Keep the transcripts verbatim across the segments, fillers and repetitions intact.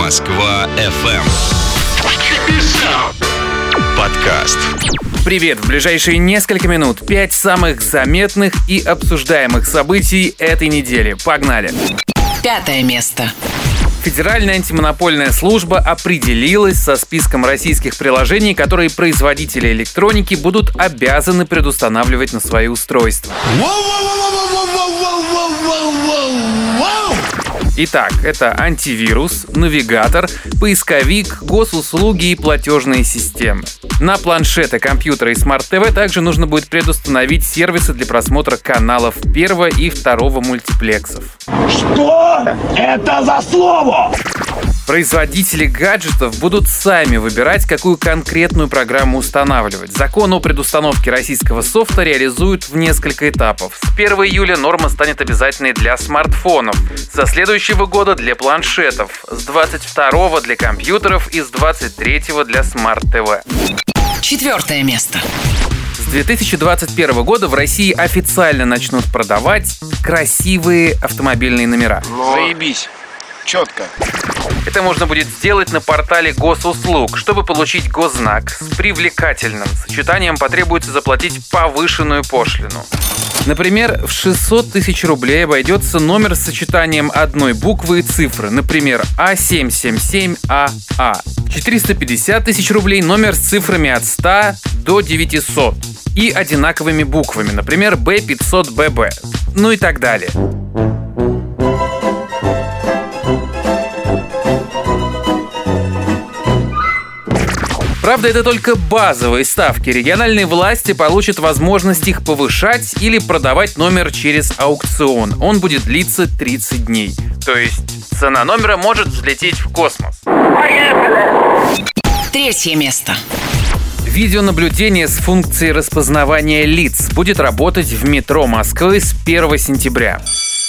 Москва эф эм. Подкаст. Привет! В ближайшие несколько минут пять самых заметных и обсуждаемых событий этой недели. Погнали! Пятое место. Федеральная антимонопольная служба определилась со списком российских приложений, которые производители электроники будут обязаны предустанавливать на свои устройства. Итак, это антивирус, навигатор, поисковик, госуслуги и платежные системы. На планшеты, компьютеры и смарт-ТВ также нужно будет предустановить сервисы для просмотра каналов первого и второго мультиплексов. Что это за слово? Производители гаджетов будут сами выбирать, какую конкретную программу устанавливать. Закон о предустановке российского софта реализуют в несколько этапов. С первого июля норма станет обязательной для смартфонов, со следующего года для планшетов, с двадцать второго для компьютеров и с двадцать третьего для смарт-ТВ. Четвертое место. С две тысячи двадцать первого года в России официально начнут продавать красивые автомобильные номера. Заебись. Четко. Это можно будет сделать на портале госуслуг. Чтобы получить госзнак с привлекательным сочетанием, потребуется заплатить повышенную пошлину. Например, в шестьсот тысяч рублей обойдется номер с сочетанием одной буквы и цифры, например, А семь семь семь А А. четыреста пятьдесят тысяч рублей номер с цифрами от ста до девятисот и одинаковыми буквами, например, Б пятьсот Б Б, ну и так далее. Правда, это только базовые ставки. Региональные власти получат возможность их повышать или продавать номер через аукцион. Он будет длиться тридцать дней. То есть цена номера может взлететь в космос. Третье место. Видеонаблюдение с функцией распознавания лиц будет работать в метро Москвы с первого сентября.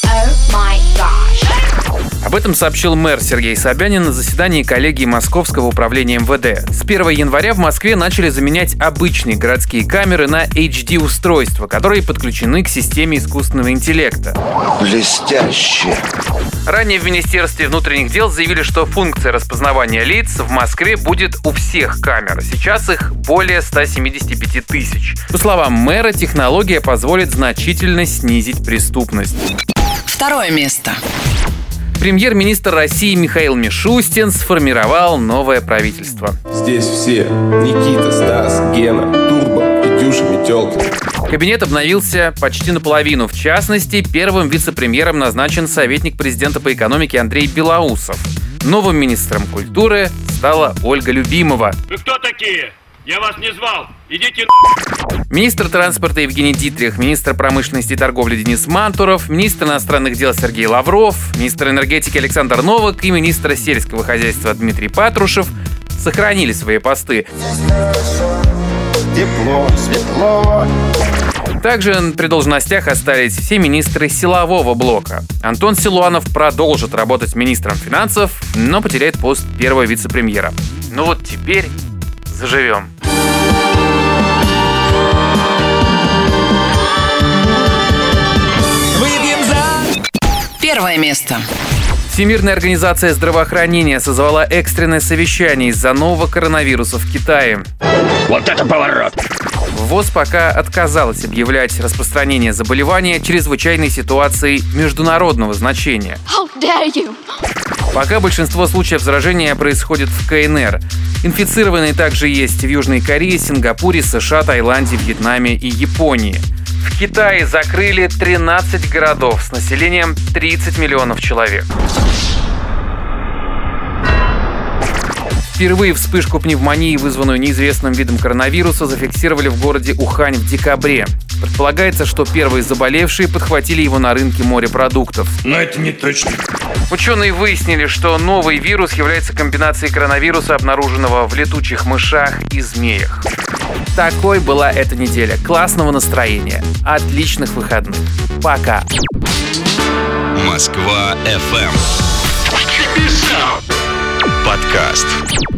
Об этом сообщил мэр Сергей Собянин на заседании коллегии Московского управления эм вэ дэ. С первого января в Москве начали заменять обычные городские камеры на эйч ди-устройства, которые подключены к системе искусственного интеллекта. Блестяще. Ранее в Министерстве внутренних дел заявили, что функция распознавания лиц в Москве будет у всех камер. Сейчас их более ста семидесяти пяти тысяч. По словам мэра, технология позволит значительно снизить преступность. Второе место. Премьер-министр России Михаил Мишустин сформировал новое правительство. Здесь все. Никита, Стас, Гена, Турбо, Петюша, Метелка. Кабинет обновился почти наполовину. В частности, первым вице-премьером назначен советник президента по экономике Андрей Белоусов. Новым министром культуры стала Ольга Любимова. Вы кто такие? Я вас не звал. Идите на... Министр транспорта Евгений Дитрих, министр промышленности и торговли Денис Мантуров, министр иностранных дел Сергей Лавров, министр энергетики Александр Новак и министр сельского хозяйства Дмитрий Патрушев сохранили свои посты. Тепло, светло. Также при должностях остались все министры силового блока. Антон Силуанов продолжит работать министром финансов, но потеряет пост первого вице-премьера. Ну вот теперь заживем. Первое место. Всемирная организация здравоохранения созвала экстренное совещание из-за нового коронавируса в Китае. Вот это поворот! ВОЗ пока отказалась объявлять распространение заболевания чрезвычайной ситуацией международного значения. How dare you? Пока большинство случаев заражения происходит в ка эн эр. Инфицированные также есть в Южной Корее, Сингапуре, США, Таиланде, Вьетнаме и Японии. В Китае закрыли тринадцать городов с населением тридцать миллионов человек. Впервые вспышку пневмонии, вызванную неизвестным видом коронавируса, зафиксировали в городе Ухань в декабре. Предполагается, что первые заболевшие подхватили его на рынке морепродуктов. Но это не точно. Ученые выяснили, что новый вирус является комбинацией коронавируса, обнаруженного в летучих мышах и змеях. Такой была эта неделя. Классного настроения. Отличных выходных. Пока. Москва эф эм. Подкаст.